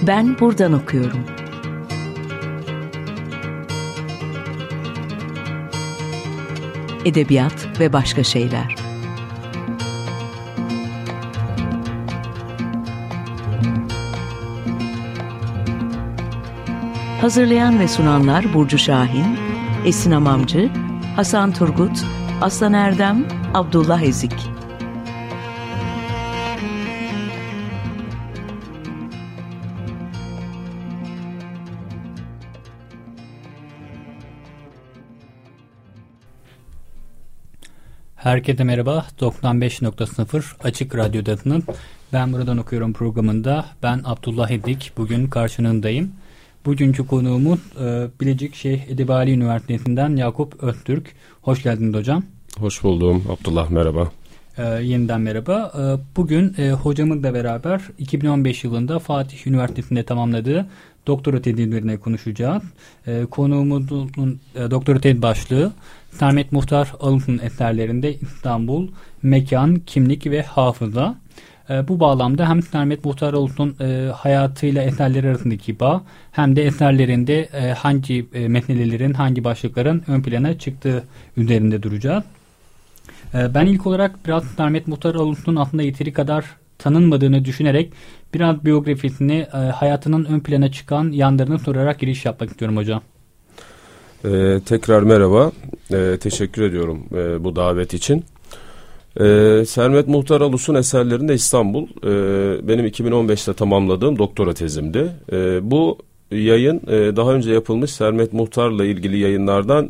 Ben buradan okuyorum. Edebiyat ve başka şeyler. Hazırlayan ve sunanlar Burcu Şahin, Esin Amamcı, Hasan Turgut, Aslan Erdem, Abdullah Ezik. Herkese merhaba. 95.0 Açık Radyo'dasınız. Ben buradan okuyorum programında. Ben Abdullah Ezik. Bugün karşınızdayım. Bugünkü konuğumuz Bilecik Şeyh Edebali Üniversitesi'nden Yakup Öztürk. Hoş geldiniz hocam. Hoş buldum Abdullah, merhaba. Yeniden merhaba. Bugün hocamızla beraber 2015 yılında Fatih Üniversitesi'nde tamamladığı doktora tezi üzerine konuşacağız. Konuğumuzun doktora tez başlığı Sermet Muhtar Alus'un eserlerinde İstanbul, mekan, kimlik ve hafıza. Bu bağlamda hem Sermet Muhtar Alus'un hayatıyla eserleri arasındaki bağ hem de eserlerinde hangi meselelerin, hangi başlıkların ön plana çıktığı üzerinde duracağız. Ben ilk olarak biraz Sermet Muhtar Alus'un aslında yeteri kadar tanınmadığını düşünerek biraz biyografisini, hayatının ön plana çıkan yanlarını sorarak giriş yapmak istiyorum hocam. Tekrar merhaba. Teşekkür ediyorum bu davet için. Sermet Muhtar Alus'un eserlerinde İstanbul benim 2015'te tamamladığım doktora tezimdi. Bu yayın daha önce yapılmış Sermet Muhtar'la ilgili yayınlardan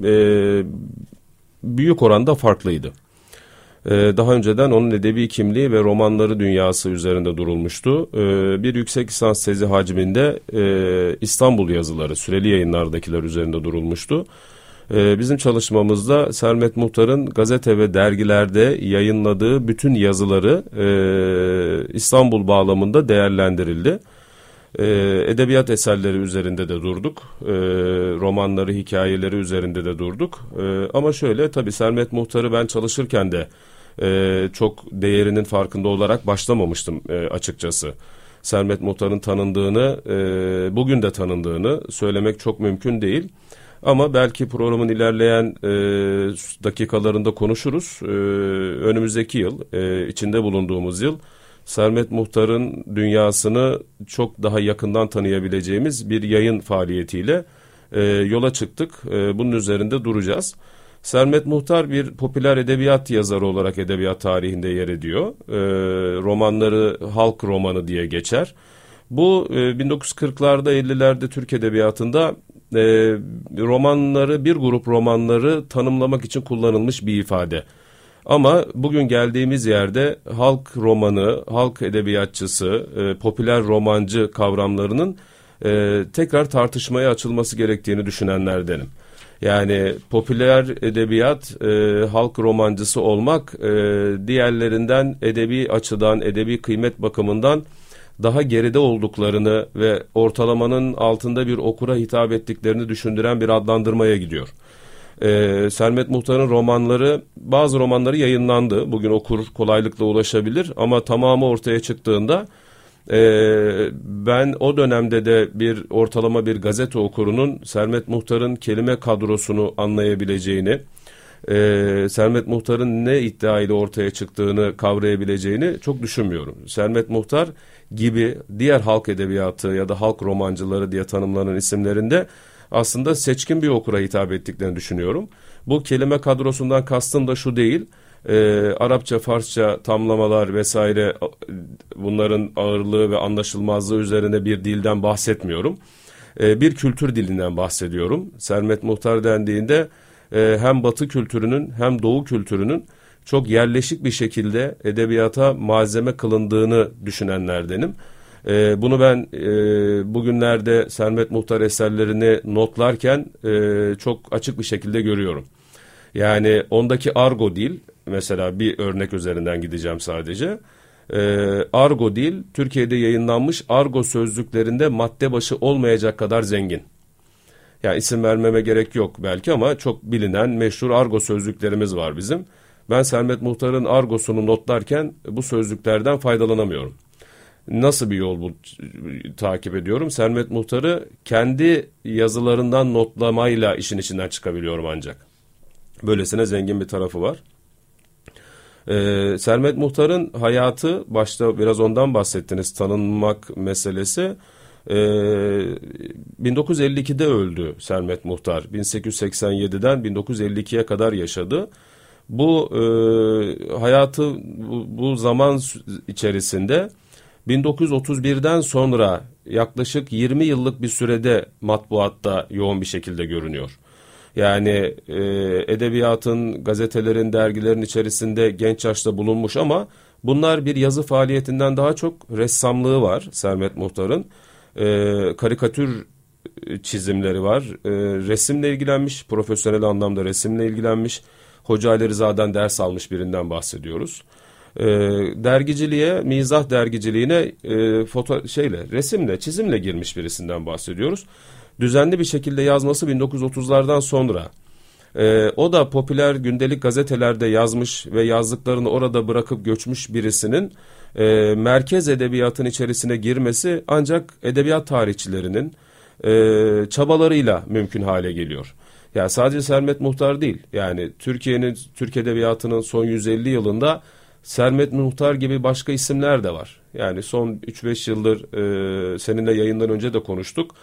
büyük oranda farklıydı. Daha önceden onun edebi kimliği ve romanları dünyası üzerinde durulmuştu. Bir yüksek lisans tezi hacminde İstanbul yazıları, süreli yayınlardakiler üzerinde durulmuştu. Bizim çalışmamızda Sermet Muhtar'ın gazete ve dergilerde yayınladığı bütün yazıları İstanbul bağlamında değerlendirildi. Edebiyat eserleri üzerinde de durduk. Romanları, hikayeleri üzerinde de durduk. Ama şöyle, tabii Sermet Muhtar'ı ben çalışırken de çok değerinin farkında olarak başlamamıştım açıkçası. Sermet Muhtar'ın tanındığını, bugün de tanındığını söylemek çok mümkün değil. Ama belki programın ilerleyen dakikalarında konuşuruz. Önümüzdeki yıl, içinde bulunduğumuz yıl, Sermet Muhtar'ın dünyasını çok daha yakından tanıyabileceğimiz bir yayın faaliyetiyle yola çıktık. Bunun üzerinde duracağız. Sermet Muhtar bir popüler edebiyat yazarı olarak edebiyat tarihinde yer ediyor. Romanları halk romanı diye geçer. Bu 1940'larda 50'lerde Türk edebiyatında romanları, bir grup romanları tanımlamak için kullanılmış bir ifade. Ama bugün geldiğimiz yerde halk romanı, halk edebiyatçısı, popüler romancı kavramlarının tekrar tartışmaya açılması gerektiğini düşünenlerdenim. Yani popüler edebiyat, halk romancısı olmak diğerlerinden edebi açıdan, edebi kıymet bakımından daha geride olduklarını ve ortalamanın altında bir okura hitap ettiklerini düşündüren bir adlandırmaya gidiyor. Sermet Muhtar'ın romanları, bazı romanları yayınlandı. Bugün okur kolaylıkla ulaşabilir ama tamamı ortaya çıktığında ben o dönemde de ortalama bir gazete okurunun Sermet Muhtar'ın kelime kadrosunu anlayabileceğini, Sermet Muhtar'ın ne iddia ile ortaya çıktığını kavrayabileceğini çok düşünmüyorum. Sermet Muhtar gibi diğer halk edebiyatı ya da halk romancıları diye tanımlanan isimlerinde aslında seçkin bir okura hitap ettiklerini düşünüyorum. Bu kelime kadrosundan kastım da şu değil, Arapça, Farsça tamlamalar vesaire, bunların ağırlığı ve anlaşılmazlığı üzerine bir dilden bahsetmiyorum. Bir kültür dilinden bahsediyorum. Sermet Muhtar dendiğinde hem Batı kültürünün hem Doğu kültürünün çok yerleşik bir şekilde edebiyata malzeme kılındığını düşünenlerdenim. Bunu ben bugünlerde Sermet Muhtar eserlerini notlarken çok açık bir şekilde görüyorum. Yani ondaki argo dil, mesela bir örnek üzerinden gideceğim sadece. Argo dil, Türkiye'de yayınlanmış argo sözlüklerinde madde başı olmayacak kadar zengin. Yani isim vermeme gerek yok belki ama çok bilinen meşhur argo sözlüklerimiz var bizim. Ben Sermet Muhtar'ın argosunu notlarken bu sözlüklerden faydalanamıyorum. Nasıl bir yol takip ediyorum? Sermet Muhtar'ı kendi yazılarından notlamayla işin içinden çıkabiliyorum ancak. Böylesine zengin bir tarafı var. Sermet Muhtar'ın hayatı, başta biraz ondan bahsettiniz, tanınmak meselesi. 1952'de öldü Sermet Muhtar. 1887'den 1952'ye kadar yaşadı. Bu hayatı bu zaman içerisinde 1931'den sonra yaklaşık 20 yıllık bir sürede matbuatta yoğun bir şekilde görünüyor. Yani edebiyatın, gazetelerin, dergilerin içerisinde genç yaşta bulunmuş ama bunlar bir yazı faaliyetinden daha çok ressamlığı var Sermet Muhtar'ın. Karikatür çizimleri var. Resimle ilgilenmiş, profesyonel anlamda resimle ilgilenmiş. Hoca Ali Rıza'dan ders almış birinden bahsediyoruz. Dergiciliğe, mizah dergiciliğine resimle, çizimle girmiş birisinden bahsediyoruz. Düzenli bir şekilde yazması 1930'lardan sonra. O da popüler gündelik gazetelerde yazmış ve yazdıklarını orada bırakıp göçmüş birisinin merkez edebiyatın içerisine girmesi ancak edebiyat tarihçilerinin çabalarıyla mümkün hale geliyor. Yani sadece Sermet Muhtar değil, yani Türk edebiyatının son 150 yılında Sermet Muhtar gibi başka isimler de var. Yani son 3-5 yıldır seninle yayından önce de konuştuk.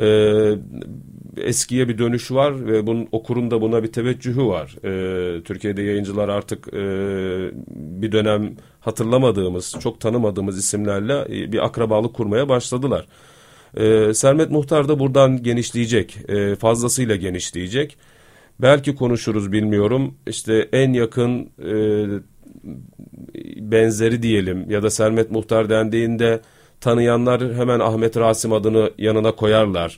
Eskiye bir dönüş var ve okurun da buna bir teveccühü var. Türkiye'de yayıncılar artık bir dönem hatırlamadığımız, çok tanımadığımız isimlerle bir akrabalık kurmaya başladılar. Sermet Muhtar da buradan genişleyecek, fazlasıyla genişleyecek. Belki konuşuruz, bilmiyorum. İşte en yakın benzeri diyelim ya da Sermet Muhtar dendiğinde tanıyanlar hemen Ahmet Rasim adını yanına koyarlar.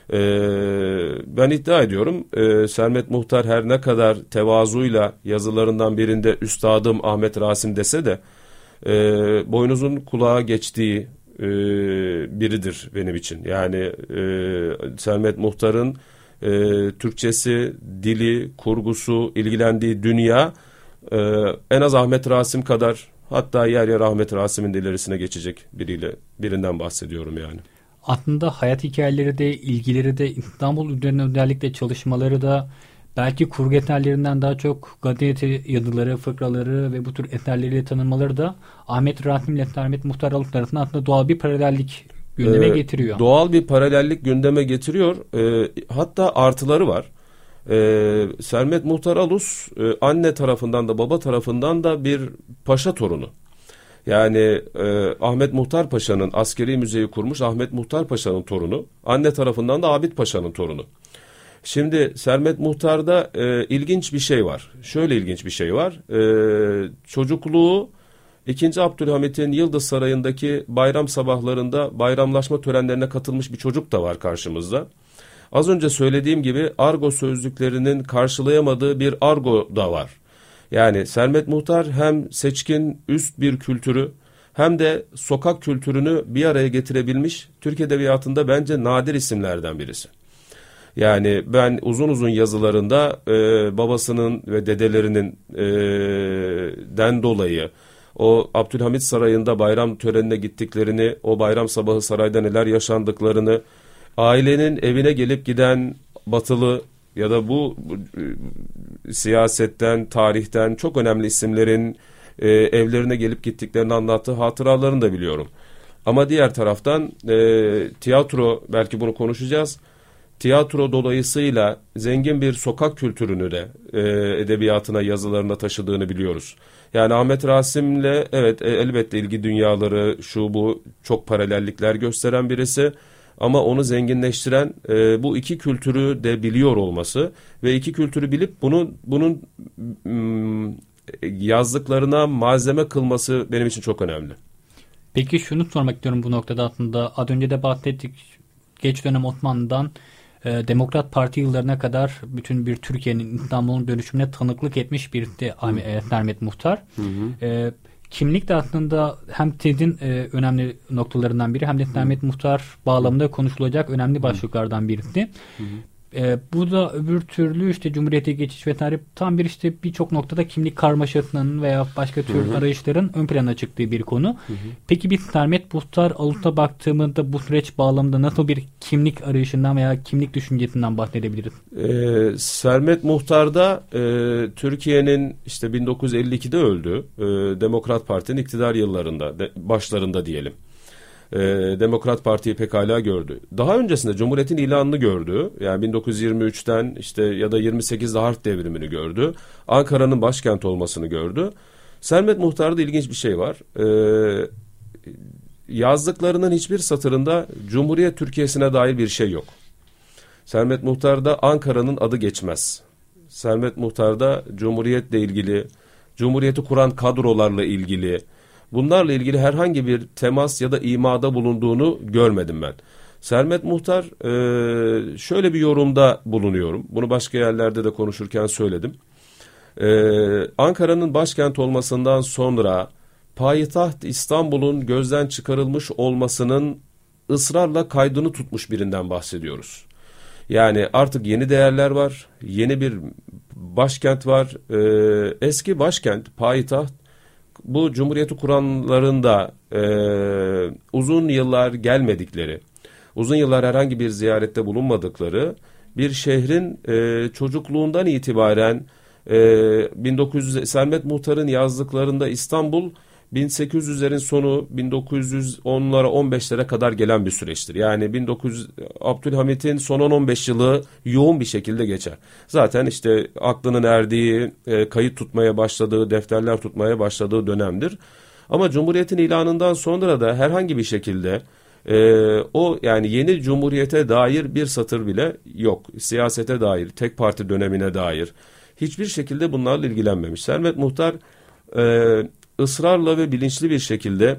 Ben iddia ediyorum Sermet Muhtar her ne kadar tevazuyla yazılarından birinde üstadım Ahmet Rasim dese de boynuzun kulağa geçtiği biridir benim için. Yani Sermet Muhtar'ın Türkçesi, dili, kurgusu, ilgilendiği dünya en az Ahmet Rasim kadar, hatta yer yer Ahmet Rasim'in de ilerisine geçecek birinden bahsediyorum yani. Aslında hayat hikayeleri de, ilgileri de, İstanbul üzerine özellikle çalışmaları da belki kurgu eserlerinden daha çok gazete yazıları, fıkraları ve bu tür eserleriyle tanınmaları da Ahmet Rasim ile Sermet Muhtar arasında aslında doğal bir paralellik gündeme getiriyor. Doğal bir paralellik gündeme getiriyor. Hatta artıları var. Sermet Muhtar Alus anne tarafından da baba tarafından da bir paşa torunu. Yani Ahmet Muhtar Paşa'nın askeri müzeyi kurmuş Ahmet Muhtar Paşa'nın torunu. Anne tarafından da Abid Paşa'nın torunu. Şimdi Sermet Muhtar'da ilginç bir şey var. Şöyle ilginç bir şey var. Çocukluğu 2. Abdülhamit'in Yıldız Sarayı'ndaki bayram sabahlarında bayramlaşma törenlerine katılmış bir çocuk da var karşımızda. Az önce söylediğim gibi argo sözlüklerinin karşılayamadığı bir argo da var. Yani Sermet Muhtar hem seçkin üst bir kültürü hem de sokak kültürünü bir araya getirebilmiş Türk Edebiyatı'nda bence nadir isimlerden birisi. Yani ben uzun uzun yazılarında babasının ve dedelerinin den dolayı o Abdülhamit Sarayı'nda bayram törenine gittiklerini, o bayram sabahı sarayda neler yaşandıklarını, ailenin evine gelip giden batılı ya da bu siyasetten, tarihten çok önemli isimlerin evlerine gelip gittiklerini anlattığı hatıralarını da biliyorum. Ama diğer taraftan tiyatro, belki bunu konuşacağız. Tiyatro dolayısıyla zengin bir sokak kültürünü de edebiyatına, yazılarına taşıdığını biliyoruz. Yani Ahmet Rasim'le evet elbette ilgi dünyaları, şu bu çok paralellikler gösteren birisi. Ama onu zenginleştiren bu iki kültürü de biliyor olması ve iki kültürü bilip bunun yazdıklarına malzeme kılması benim için çok önemli. Peki şunu sormak istiyorum bu noktada aslında. Az önce de bahsettik. Geç dönem Osmanlı'dan Demokrat Parti yıllarına kadar bütün bir Türkiye'nin, İstanbul'un dönüşümüne tanıklık etmiş bir de Sermet Muhtar. Hı hı. Kimlik de aslında hem tezin önemli noktalarından biri hem de Sermet Muhtar bağlamında konuşulacak önemli başlıklardan birisi. Hı hı. Bu da öbür türlü işte Cumhuriyet'e geçiş ve tarih tam bir işte birçok noktada kimlik karmaşasının veya başka tür arayışların ön plana çıktığı bir konu. Peki biz Sermet Muhtar Alut'a baktığımızda bu süreç bağlamında nasıl bir kimlik arayışından veya kimlik düşüncesinden bahsedebiliriz? Sermet Muhtar'da Türkiye'nin işte 1952'de öldü. Demokrat Parti'nin iktidar yıllarında, başlarında diyelim. Demokrat Parti'yi pekala gördü. Daha öncesinde Cumhuriyet'in ilanını gördü. Yani 1923'ten işte ya da 28'de harp devrimini gördü. Ankara'nın başkent olmasını gördü. Sermet Muhtar'da ilginç bir şey var. Yazdıklarının hiçbir satırında Cumhuriyet Türkiye'sine dair bir şey yok. Sermet Muhtar'da Ankara'nın adı geçmez. Sermet Muhtar'da Cumhuriyet'le ilgili, Cumhuriyet'i kuran kadrolarla ilgili, bunlarla ilgili herhangi bir temas ya da imada bulunduğunu görmedim ben. Sermet Muhtar şöyle bir yorumda bulunuyorum. Bunu başka yerlerde de konuşurken söyledim. Ankara'nın başkent olmasından sonra payitaht İstanbul'un gözden çıkarılmış olmasının ısrarla kaydını tutmuş birinden bahsediyoruz. Yani artık yeni değerler var, yeni bir başkent var. Eski başkent, payitaht, bu Cumhuriyeti kuranların da uzun yıllar gelmedikleri, uzun yıllar herhangi bir ziyarette bulunmadıkları bir şehrin çocukluğundan itibaren 1900 Sermet Muhtar'ın yazdıklarında İstanbul 1800'lerin sonu 1910'lara 15'lere kadar gelen bir süreçtir. Yani Abdülhamit'in son 10-15 yılı yoğun bir şekilde geçer. Zaten işte aklının erdiği, kayıt tutmaya başladığı, defterler tutmaya başladığı dönemdir. Ama Cumhuriyet'in ilanından sonra da herhangi bir şekilde o yani yeni Cumhuriyet'e dair bir satır bile yok. Siyasete dair, tek parti dönemine dair hiçbir şekilde bunlarla ilgilenmemiş. Sermet Muhtar ısrarla ve bilinçli bir şekilde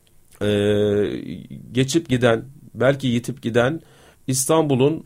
geçip giden, belki yitip giden İstanbul'un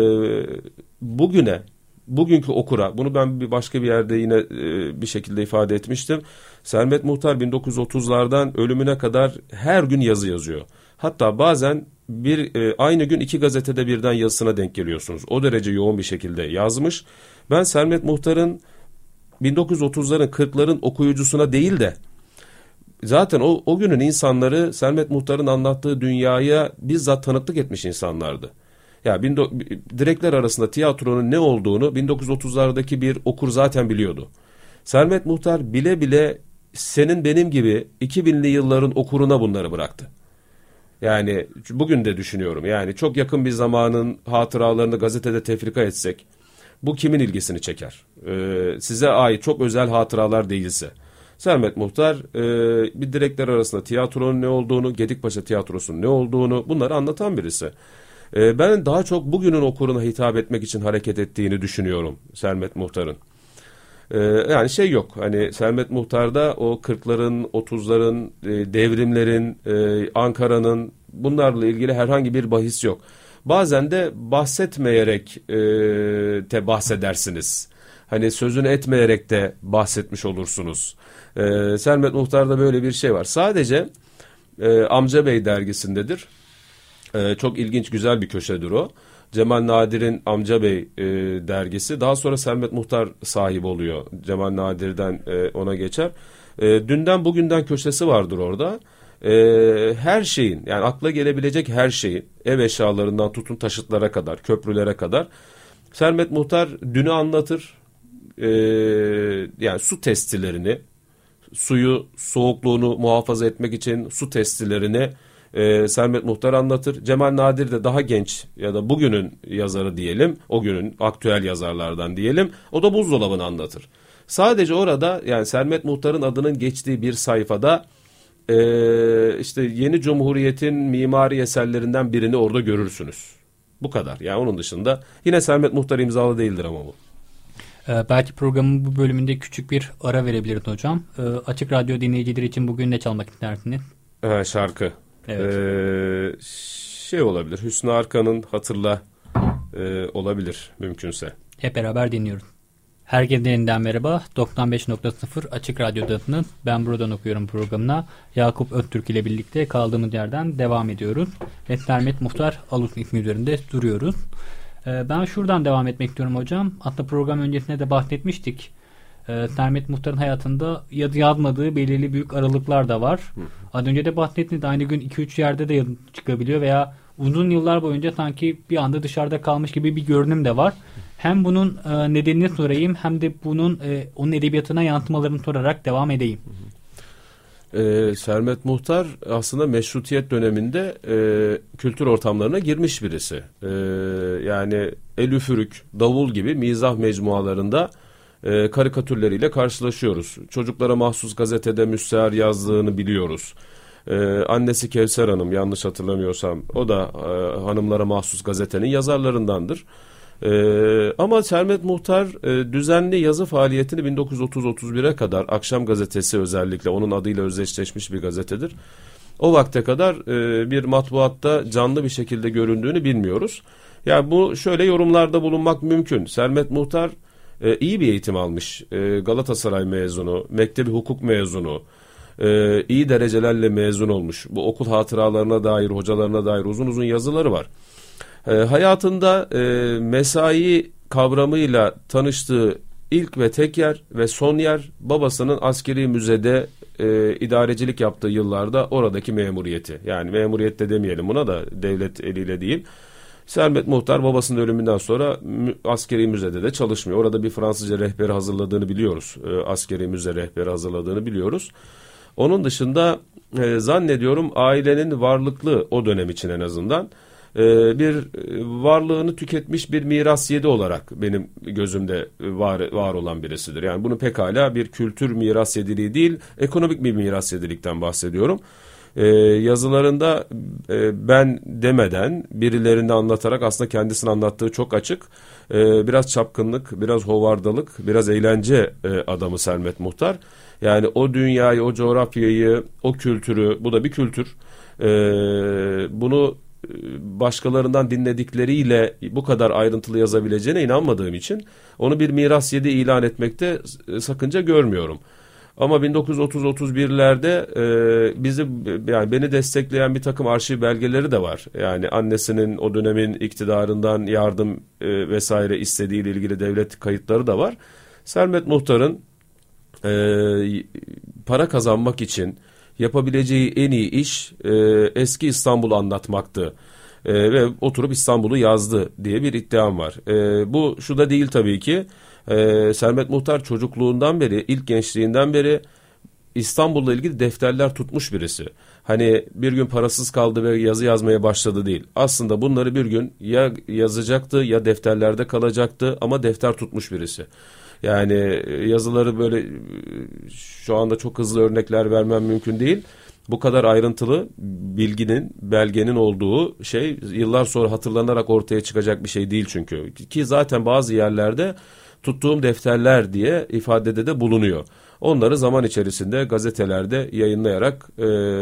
bugünkü okura, bunu ben başka bir yerde yine bir şekilde ifade etmiştim. Sermet Muhtar 1930'lardan ölümüne kadar her gün yazı yazıyor. Hatta bazen aynı gün 2 gazetede birden yazısına denk geliyorsunuz. O derece yoğun bir şekilde yazmış. Ben Sermet Muhtar'ın 1930'ların 40'ların okuyucusuna değil de zaten o günün insanları Sermet Muhtar'ın anlattığı dünyaya bizzat tanıklık etmiş insanlardı. Ya direkler arasında tiyatronun ne olduğunu 1930'lardaki bir okur zaten biliyordu. Sermet Muhtar bile bile senin benim gibi 2000'li yılların okuruna bunları bıraktı. Yani bugün de düşünüyorum. Yani çok yakın bir zamanın hatıralarını gazetede tefrika etsek bu kimin ilgisini çeker? Size ait çok özel hatıralar değilse. Sermet Muhtar bir direkler arasında tiyatronun ne olduğunu, Gedikpaşa Tiyatrosu'nun ne olduğunu bunları anlatan birisi. Ben daha çok bugünün okuruna hitap etmek için hareket ettiğini düşünüyorum Sermet Muhtar'ın. Yani şey yok, hani Sermet Muhtar'da o 40'ların, 30'ların, devrimlerin, Ankara'nın bunlarla ilgili herhangi bir bahis yok. Bazen de bahsetmeyerek de bahsedersiniz. Hani sözünü etmeyerek de bahsetmiş olursunuz. Sermet Muhtar'da böyle bir şey var. Sadece Amca Bey dergisindedir. Çok ilginç, güzel bir köşedir o. Cemal Nadir'in Amca Bey dergisi. Daha sonra Sermet Muhtar sahibi oluyor. Cemal Nadir'den ona geçer. Dünden bugünden köşesi vardır orada. Her şeyin, yani akla gelebilecek her şeyin, ev eşyalarından tutun taşıtlara kadar, köprülere kadar Sermet Muhtar dünü anlatır. Yani su testilerini, suyu, soğukluğunu muhafaza etmek için su testilerini Sermet Muhtar anlatır. Cemal Nadir de daha genç ya da bugünün yazarı diyelim, o günün aktüel yazarlardan diyelim, o da buzdolabını anlatır. Sadece orada yani Sermet Muhtar'ın adının geçtiği bir sayfada işte yeni Cumhuriyet'in mimari eserlerinden birini orada görürsünüz. Bu kadar. Yani onun dışında yine Sermet Muhtar imzalı değildir ama bu. Belki programın bu bölümünde küçük bir ara verebiliriz hocam. Açık Radyo dinleyicileri için bugün ne çalmak istersiniz? Şarkı. Evet. Şey olabilir. Hüsnü Arkan'ın Hatırla olabilir mümkünse. Hep beraber dinliyoruz. Herkese yeniden merhaba. 95.0 Açık Radyo'dasınız. Ben buradan okuyorum programına. Yakup Öztürk ile birlikte kaldığımız yerden devam ediyoruz. Ve Sermet Muhtar Alut ismi üzerinde duruyoruz. Ben şuradan devam etmek istiyorum hocam. Hatta program öncesinde de bahsetmiştik. Sermet Muhtar'ın hayatında yazmadığı belirli büyük aralıklar da var. Az önce de bahsettiniz, aynı gün 2-3 yerde de çıkabiliyor veya uzun yıllar boyunca sanki bir anda dışarıda kalmış gibi bir görünüm de var. Hem bunun nedenini sorayım hem de bunun onun edebiyatına yansımalarını sorarak devam edeyim. Sermet Muhtar aslında meşrutiyet döneminde kültür ortamlarına girmiş birisi. Yani El Üfürük, Davul gibi mizah mecmualarında karikatürleriyle karşılaşıyoruz. Çocuklara mahsus gazetede müstehar yazdığını biliyoruz. Annesi Kevser Hanım, yanlış hatırlamıyorsam, o da hanımlara mahsus gazetenin yazarlarındandır. Ama Sermet Muhtar düzenli yazı faaliyetini 1930-31'e kadar, Akşam Gazetesi özellikle onun adıyla özdeşleşmiş bir gazetedir. O vakte kadar bir matbuatta canlı bir şekilde göründüğünü bilmiyoruz. Yani bu şöyle yorumlarda bulunmak mümkün. Sermet Muhtar iyi bir eğitim almış. Galatasaray mezunu, mektebi hukuk mezunu, iyi derecelerle mezun olmuş. Bu okul hatıralarına dair, hocalarına dair uzun uzun yazıları var. Hayatında mesai kavramıyla tanıştığı ilk ve tek yer ve son yer babasının askeri müzede idarecilik yaptığı yıllarda oradaki memuriyeti. Yani memuriyet de demeyelim buna da, devlet eliyle değil. Sermet Muhtar babasının ölümünden sonra askeri müzede de çalışmıyor. Orada bir Fransızca rehberi hazırladığını biliyoruz. Askeri müze rehberi hazırladığını biliyoruz. Onun dışında zannediyorum ailenin varlıklı, o dönem için en azından, bir varlığını tüketmiş bir miras yedi olarak benim gözümde var olan birisidir. Yani bunu pekala bir kültür miras yediliği değil, ekonomik bir miras yedilikten bahsediyorum. Yazılarında ben demeden birilerini anlatarak aslında kendisini anlattığı çok açık. Biraz çapkınlık, biraz hovardalık, biraz eğlence adamı Sermet Muhtar. Yani o dünyayı, o coğrafyayı, o kültürü, bu da bir kültür. Bunu başkalarından dinledikleriyle bu kadar ayrıntılı yazabileceğine inanmadığım için onu bir miras yedi ilan etmekte sakınca görmüyorum. Ama 1930-31'lerde yani beni destekleyen bir takım arşiv belgeleri de var. Yani annesinin o dönemin iktidarından yardım vesaire istediğiyle ilgili devlet kayıtları da var. Sermet Muhtar'ın para kazanmak için yapabileceği en iyi iş eski İstanbul'u anlatmaktı. Ve oturup İstanbul'u yazdı diye bir iddiam var. Bu şu da değil tabii ki. Sermet Muhtar çocukluğundan beri, ilk gençliğinden beri İstanbul'la ilgili defterler tutmuş birisi. Hani bir gün parasız kaldı ve yazı yazmaya başladı değil. Aslında bunları bir gün ya yazacaktı ya defterlerde kalacaktı, ama defter tutmuş birisi. Yani yazıları böyle şu anda çok hızlı örnekler vermem mümkün değil. Bu kadar ayrıntılı bilginin, belgenin olduğu şey yıllar sonra hatırlanarak ortaya çıkacak bir şey değil çünkü. Ki zaten bazı yerlerde tuttuğum defterler diye ifadede de bulunuyor. Onları zaman içerisinde gazetelerde yayınlayarak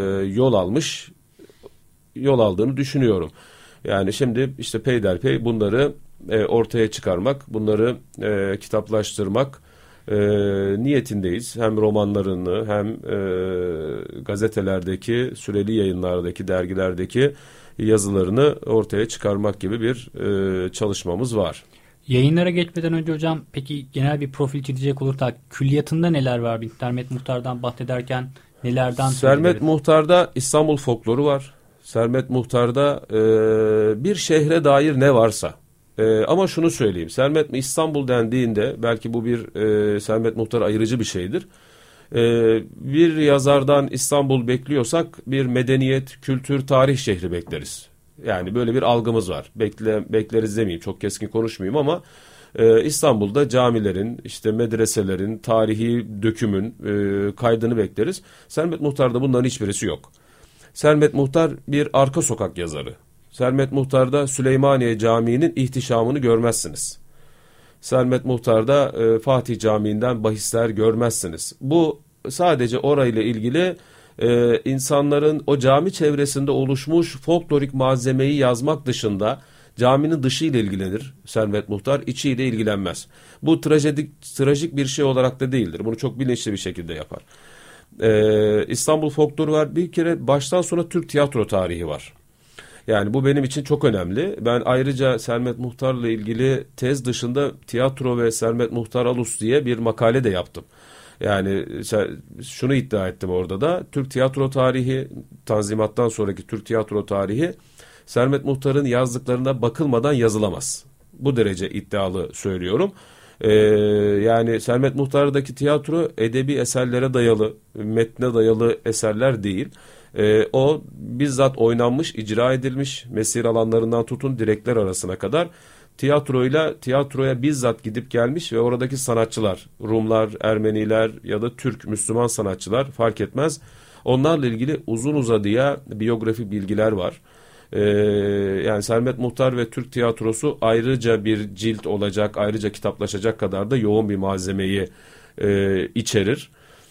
yol aldığını düşünüyorum. Yani şimdi işte peyderpey bunları ortaya çıkarmak, bunları kitaplaştırmak niyetindeyiz. Hem romanlarını hem gazetelerdeki, süreli yayınlardaki, dergilerdeki yazılarını ortaya çıkarmak gibi bir çalışmamız var. Yayınlara geçmeden önce hocam, peki genel bir profil çizecek olursak külliyatında neler var? Sermet Muhtar'dan bahsederken nelerden? Sermet Muhtar'da İstanbul folkloru var. Sermet Muhtar'da bir şehre dair ne varsa. Ama şunu söyleyeyim. İstanbul dendiğinde belki bu bir Sermet Muhtar ayırıcı bir şeydir. Bir yazardan İstanbul bekliyorsak bir medeniyet, kültür, tarih şehri bekleriz. Yani böyle bir algımız var. Bekleriz demeyeyim, çok keskin konuşmayayım ama İstanbul'da camilerin, işte medreselerin, tarihi dökümün kaydını bekleriz. Sermet Muhtar'da bunların hiçbirisi yok. Sermet Muhtar bir arka sokak yazarı. Sermet Muhtar'da Süleymaniye Camii'nin ihtişamını görmezsiniz. Sermet Muhtar'da Fatih Camii'nden bahisler görmezsiniz. Bu sadece orayla ilgili insanların o cami çevresinde oluşmuş folklorik malzemeyi yazmak dışında caminin dışı ile ilgilenir Sermet Muhtar, içiyle ilgilenmez. Bu trajik bir şey olarak da değildir. Bunu çok bilinçli bir şekilde yapar. İstanbul folkloru var. Bir kere baştan sona Türk tiyatro tarihi var. Yani bu benim için çok önemli. Ben ayrıca Sermet Muhtar'la ilgili tez dışında Tiyatro ve Sermet Muhtar Alus diye bir makale de yaptım. Yani şunu iddia ettim orada da, Türk tiyatro tarihi, Tanzimat'tan sonraki Türk tiyatro tarihi Sermet Muhtar'ın yazdıklarına bakılmadan yazılamaz. Bu derece iddialı söylüyorum. Yani Sermet Muhtar'daki tiyatro edebi eserlere dayalı, metne dayalı eserler değil. O bizzat oynanmış, icra edilmiş, mesir alanlarından tutun direkler arasına kadar tiyatroya bizzat gidip gelmiş ve oradaki sanatçılar, Rumlar, Ermeniler ya da Türk, Müslüman sanatçılar fark etmez. Onlarla ilgili uzun uzadıya biyografi bilgiler var. Yani Sermet Muhtar ve Türk tiyatrosu ayrıca bir cilt olacak, ayrıca kitaplaşacak kadar da yoğun bir malzemeyi içerir.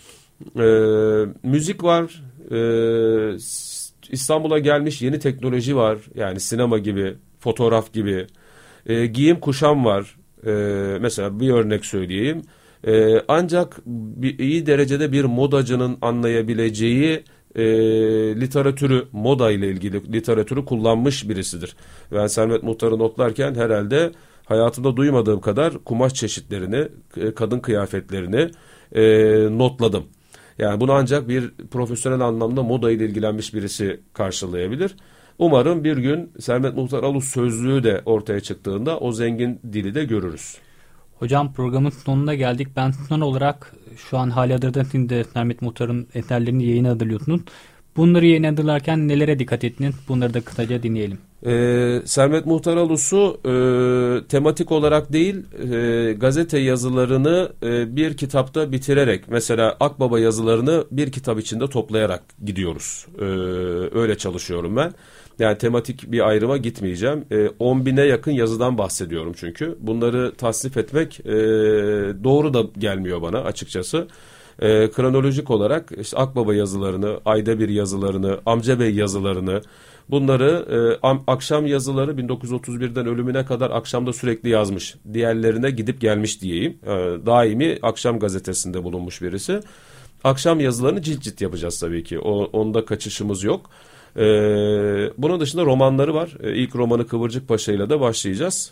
Müzik var, İstanbul'a gelmiş yeni teknoloji var, yani sinema gibi, fotoğraf gibi, giyim kuşam var. Mesela bir örnek söyleyeyim. Ancak iyi derecede bir modacının anlayabileceği literatürü, moda ile ilgili literatürü kullanmış birisidir. Ben Sermet Muhtar'ı notlarken herhalde hayatımda duymadığım kadar kumaş çeşitlerini, kadın kıyafetlerini notladım. Yani bunu ancak bir profesyonel anlamda moda ile ilgilenmiş birisi karşılayabilir. Umarım bir gün Sermet Muhtar Alus sözlüğü de ortaya çıktığında o zengin dili de görürüz. Hocam, programın sonuna geldik. Ben son olarak şu an halihazırda Sermet Muhtar'ın eserlerini yayına hazırlıyorsunuz. Bunları yayına hazırlarken nelere dikkat ettiniz? Bunları da kısaca dinleyelim. Sermet Muhtar Alus'u tematik olarak değil, gazete yazılarını bir kitapta bitirerek, mesela Akbaba yazılarını bir kitap içinde toplayarak gidiyoruz. Öyle çalışıyorum ben. Yani tematik bir ayrıma gitmeyeceğim. 10.000'e yakın yazıdan bahsediyorum çünkü. Bunları tasnif etmek doğru da gelmiyor bana açıkçası. Kronolojik olarak işte Akbaba yazılarını, Ayda Bir yazılarını, Amcabey yazılarını, bunları akşam yazıları 1931'den ölümüne kadar akşamda sürekli yazmış. Diğerlerine gidip gelmiş diyeyim. Daimi Akşam gazetesinde bulunmuş birisi. Akşam yazılarını cilt cilt yapacağız tabii ki. Onda kaçışımız yok. Bunun dışında romanları var. İlk romanı Kıvırcık Paşa ile de başlayacağız.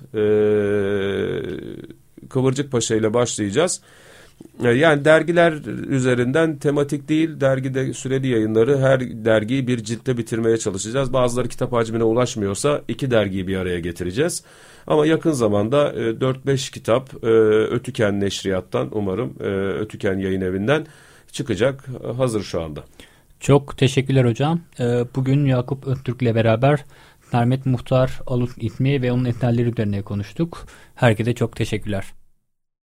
Kıvırcık Paşa ile başlayacağız. Yani dergiler üzerinden tematik değil, dergide süreli yayınları, her dergiyi bir ciltte bitirmeye çalışacağız. Bazıları kitap hacmine ulaşmıyorsa 2 dergiyi bir araya getireceğiz. Ama yakın zamanda 4-5 kitap Ötüken Neşriyat'tan, umarım Ötüken Yayın Evi'nden çıkacak. Hazır şu anda. Çok teşekkürler hocam. Bugün Yakup Öztürk ile beraber Sermet Muhtar Alus ismi ve onun eserleri üzerine konuştuk. Herkese çok teşekkürler.